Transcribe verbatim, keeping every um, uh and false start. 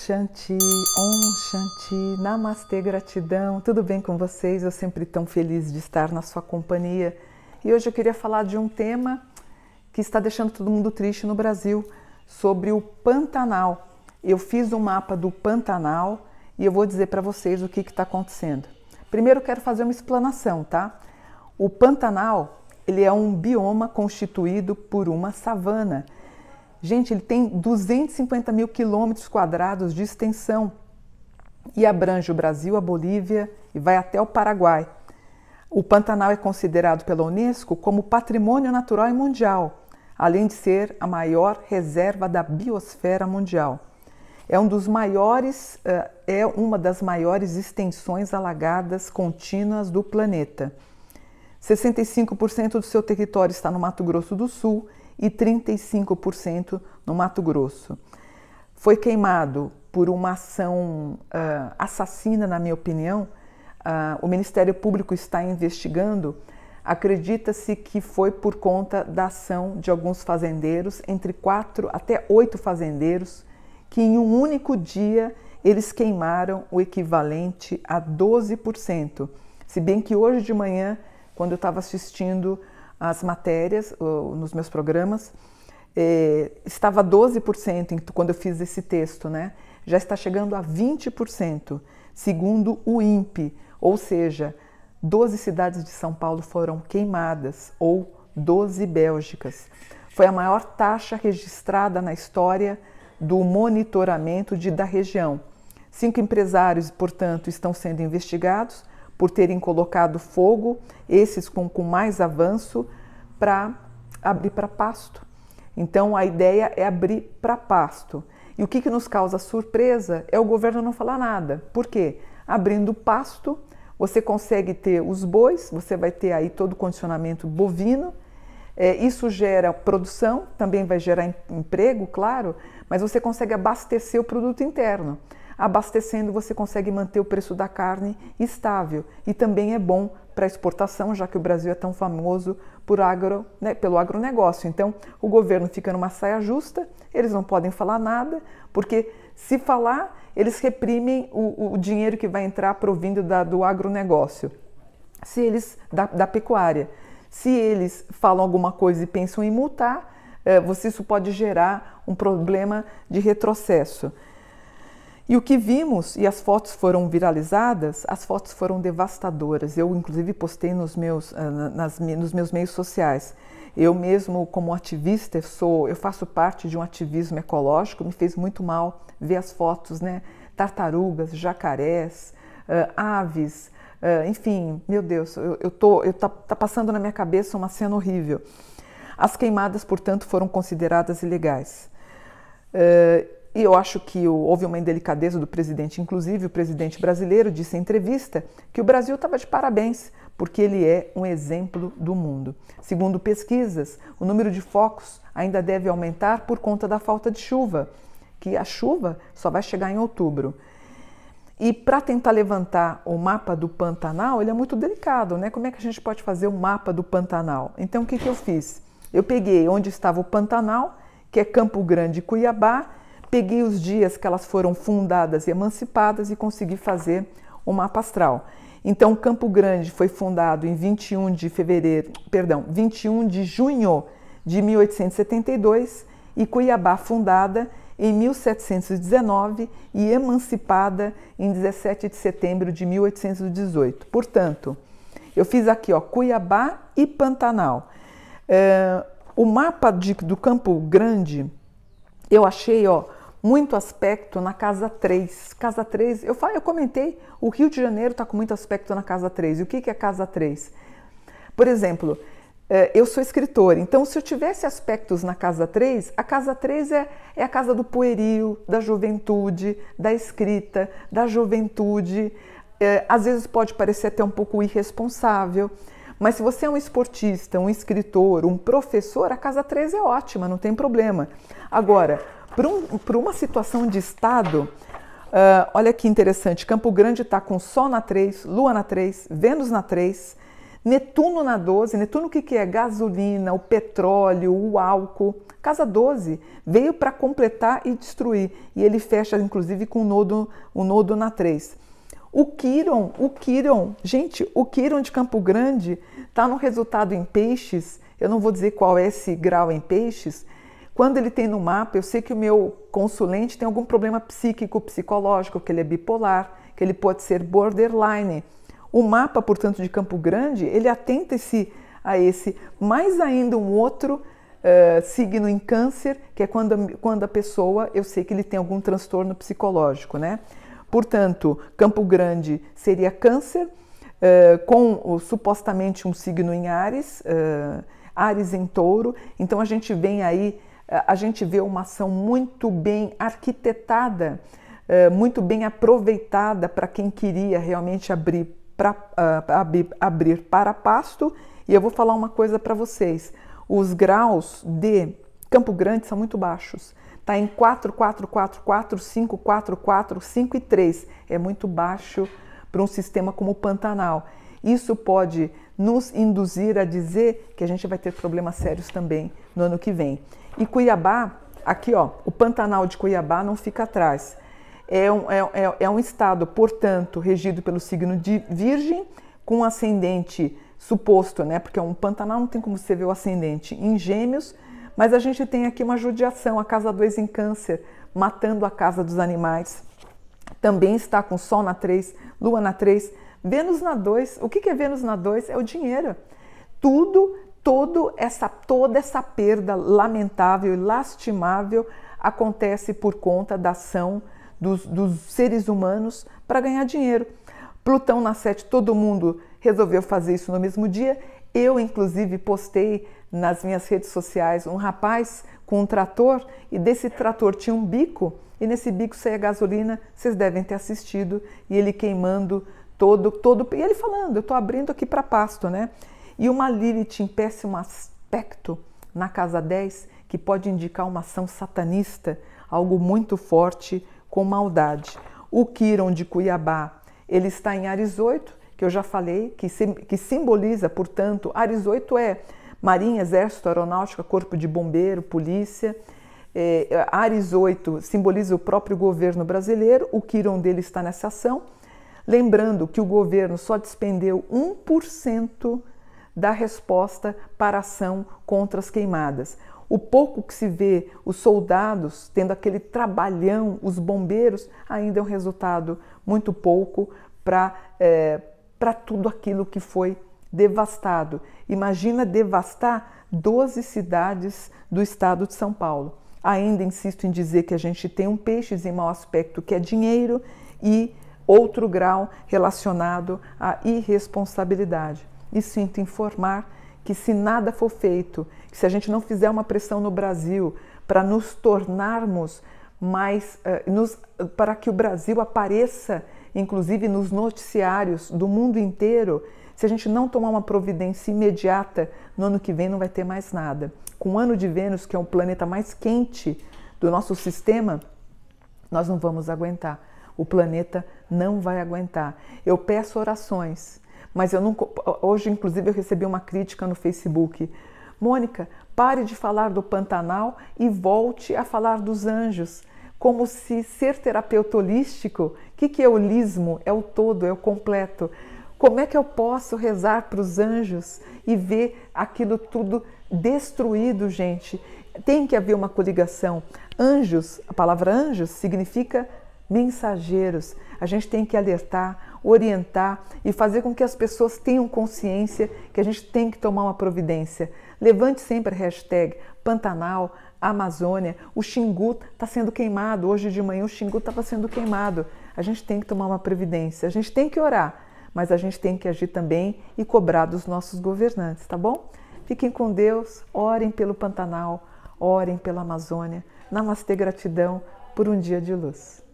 Shanti, Om Shanti, Namastê, gratidão, tudo bem com vocês? Eu sempre tão feliz de estar na sua companhia. E hoje eu queria falar de um tema que está deixando todo mundo triste no Brasil, sobre o Pantanal. Eu fiz um mapa do Pantanal e eu vou dizer para vocês o que está acontecendo. Primeiro eu quero fazer uma explanação, tá? O Pantanal, ele é um bioma constituído por uma savana. Gente, ele tem duzentos e cinquenta mil quilômetros quadrados de extensão e abrange o Brasil, a Bolívia e vai até o Paraguai. O Pantanal é considerado pela Unesco como Patrimônio Natural e Mundial, além de ser a maior reserva da biosfera mundial. É um dos maiores, é uma das maiores extensões alagadas contínuas do planeta. sessenta e cinco por cento do seu território está no Mato Grosso do Sul e trinta e cinco por cento no Mato Grosso. Foi queimado por uma ação uh, assassina, na minha opinião. Uh, o Ministério Público está investigando. Acredita-se que foi por conta da ação de alguns fazendeiros, entre quatro até oito fazendeiros, que em um único dia eles queimaram o equivalente a doze por cento. Se bem que hoje de manhã, quando eu estava assistindo as matérias nos meus programas, eh, estava doze por cento quando eu fiz esse texto, né? Já está chegando a vinte por cento, segundo o INPE, ou seja, doze cidades de São Paulo foram queimadas, ou doze Bélgicas. Foi a maior taxa registrada na história do monitoramento de, da região. Cinco empresários, portanto, estão sendo investigados por terem colocado fogo, esses com, com mais avanço, para abrir para pasto. Então a ideia é abrir para pasto. E o que, que nos causa surpresa é o governo não falar nada. Por quê? Abrindo pasto, você consegue ter os bois, você vai ter aí todo o condicionamento bovino, é, isso gera produção, também vai gerar emprego, claro, mas você consegue abastecer o produto interno. Abastecendo, você consegue manter o preço da carne estável e também é bom para exportação, já que o Brasil é tão famoso por agro, né, pelo agronegócio. Então, o governo fica numa saia justa, eles não podem falar nada, porque se falar, eles reprimem o, o dinheiro que vai entrar provindo da, do agronegócio, se eles, da, da pecuária. Se eles falam alguma coisa e pensam em multar, eh, você, isso pode gerar um problema de retrocesso. E o que vimos, e as fotos foram viralizadas, as fotos foram devastadoras. Eu, inclusive, postei nos meus, nas, nos meus meios sociais. Eu mesmo, como ativista, sou, eu faço parte de um ativismo ecológico, me fez muito mal ver as fotos, né? Tartarugas, jacarés, uh, aves, uh, enfim, meu Deus, eu, eu tô, eu tá, tá passando na minha cabeça uma cena horrível. As queimadas, portanto, foram consideradas ilegais. Uh, E eu acho que houve uma indelicadeza do presidente, inclusive o presidente brasileiro disse em entrevista que o Brasil estava de parabéns, porque ele é um exemplo do mundo. Segundo pesquisas, o número de focos ainda deve aumentar por conta da falta de chuva, que a chuva só vai chegar em outubro. E para tentar levantar o mapa do Pantanal, ele é muito delicado, né? Como é que a gente pode fazer o mapa do Pantanal? Então o que, que eu fiz? Eu peguei onde estava o Pantanal, que é Campo Grande e Cuiabá, peguei os dias que elas foram fundadas e emancipadas e consegui fazer um mapa astral. Então, Campo Grande foi fundado em vinte e um de fevereiro, perdão, vinte e um de junho de mil oitocentos e setenta e dois e Cuiabá fundada em mil setecentos e dezenove e emancipada em dezessete de setembro de mil oitocentos e dezoito. Portanto, eu fiz aqui, ó, Cuiabá e Pantanal. É, o mapa de, do Campo Grande, eu achei, ó, muito aspecto na casa três. Casa três, eu, falei, eu comentei, o Rio de Janeiro está com muito aspecto na casa três. E o que, que é casa três? Por exemplo, eu sou escritora, então se eu tivesse aspectos na casa três, a casa três é, é a casa do pueril, da juventude, da escrita, da juventude. É, às vezes pode parecer até um pouco irresponsável, mas se você é um esportista, um escritor, um professor, a casa três é ótima, não tem problema. Agora, para um, para uma situação de estado, uh, olha que interessante, Campo Grande está com Sol na três, Lua na três, Vênus na três, Netuno na doze, Netuno o que, que é? Gasolina, o petróleo, o álcool. Casa doze veio para completar e destruir. E ele fecha, inclusive, com o nodo, o nodo na três. O Quiron, o Quiron, gente, o Quiron de Campo Grande está no resultado em peixes. Eu não vou dizer qual é esse grau em peixes. Quando ele tem no mapa, eu sei que o meu consulente tem algum problema psíquico, psicológico, que ele é bipolar, que ele pode ser borderline. O mapa, portanto, de Campo Grande, ele atenta-se a esse, mais ainda um outro uh, signo em câncer, que é quando a, quando a pessoa, eu sei que ele tem algum transtorno psicológico, né? Portanto, Campo Grande seria câncer, uh, com o, supostamente um signo em Áries, uh, Áries em touro. Então a gente vem aí, uh, a gente vê uma ação muito bem arquitetada, uh, muito bem aproveitada para quem queria realmente abrir, pra, uh, abrir, abrir para pasto. E eu vou falar uma coisa para vocês, os graus de Campo Grande são muito baixos. Está em quatro, quatro, quatro, quatro, cinco, quatro, quatro, cinco e três. É muito baixo para um sistema como o Pantanal. Isso pode nos induzir a dizer que a gente vai ter problemas sérios também no ano que vem. E Cuiabá, aqui ó, o Pantanal de Cuiabá não fica atrás. É um, é, é, é um estado, portanto, regido pelo signo de Virgem, com ascendente suposto, né? Porque um Pantanal não tem como você ver o ascendente em Gêmeos, mas a gente tem aqui uma judiação, a casa dois em Câncer, matando a casa dos animais. Também está com Sol na três, Lua na três, Vênus na dois. O que é Vênus na dois? É o dinheiro. Tudo, todo essa, toda essa perda lamentável e lastimável acontece por conta da ação dos, dos seres humanos para ganhar dinheiro. Plutão na sete, todo mundo resolveu fazer isso no mesmo dia. Eu, inclusive, postei nas minhas redes sociais um rapaz com um trator e desse trator tinha um bico e nesse bico saía gasolina, vocês devem ter assistido, e ele queimando todo, todo e ele falando, eu estou abrindo aqui para pasto, né? E uma Lilith em péssimo aspecto na casa dez, que pode indicar uma ação satanista, algo muito forte com maldade. O Quiron de Cuiabá, ele está em Áries oito, que eu já falei, que, sim, que simboliza, portanto, Áries oito é Marinha, Exército, Aeronáutica, Corpo de Bombeiro, Polícia. É, Áries oito simboliza o próprio governo brasileiro, o Quiron dele está nessa ação. Lembrando que o governo só despendeu um por cento da resposta para a ação contra as queimadas. O pouco que se vê, os soldados tendo aquele trabalhão, os bombeiros, ainda é um resultado muito pouco para é, para tudo aquilo que foi devastado. Imagina devastar doze cidades do estado de São Paulo. Ainda insisto em dizer que a gente tem um peixes em mau aspecto, que é dinheiro, e outro grau relacionado à irresponsabilidade. E sinto informar que se nada for feito, que se a gente não fizer uma pressão no Brasil para nos tornarmos mais, uh, nos, para que o Brasil apareça, inclusive nos noticiários do mundo inteiro, se a gente não tomar uma providência imediata, no ano que vem não vai ter mais nada. Com o ano de Vênus, que é o planeta mais quente do nosso sistema, nós não vamos aguentar. O planeta não vai aguentar. Eu peço orações, mas eu não... Hoje, inclusive, eu recebi uma crítica no Facebook. Mônica, pare de falar do Pantanal e volte a falar dos anjos. Como se ser terapeuta holístico, o que, que é holismo? É o todo, é o completo. Como é que eu posso rezar para os anjos e ver aquilo tudo destruído, gente? Tem que haver uma coligação. Anjos, a palavra anjos significa mensageiros. A gente tem que alertar, orientar e fazer com que as pessoas tenham consciência que a gente tem que tomar uma providência. Levante sempre a hashtag Pantanal, Amazônia. O Xingu está sendo queimado. Hoje de manhã o Xingu estava sendo queimado. A gente tem que tomar uma providência. A gente tem que orar, mas a gente tem que agir também e cobrar dos nossos governantes, tá bom? Fiquem com Deus, orem pelo Pantanal, orem pela Amazônia. Namastê, gratidão por um dia de luz.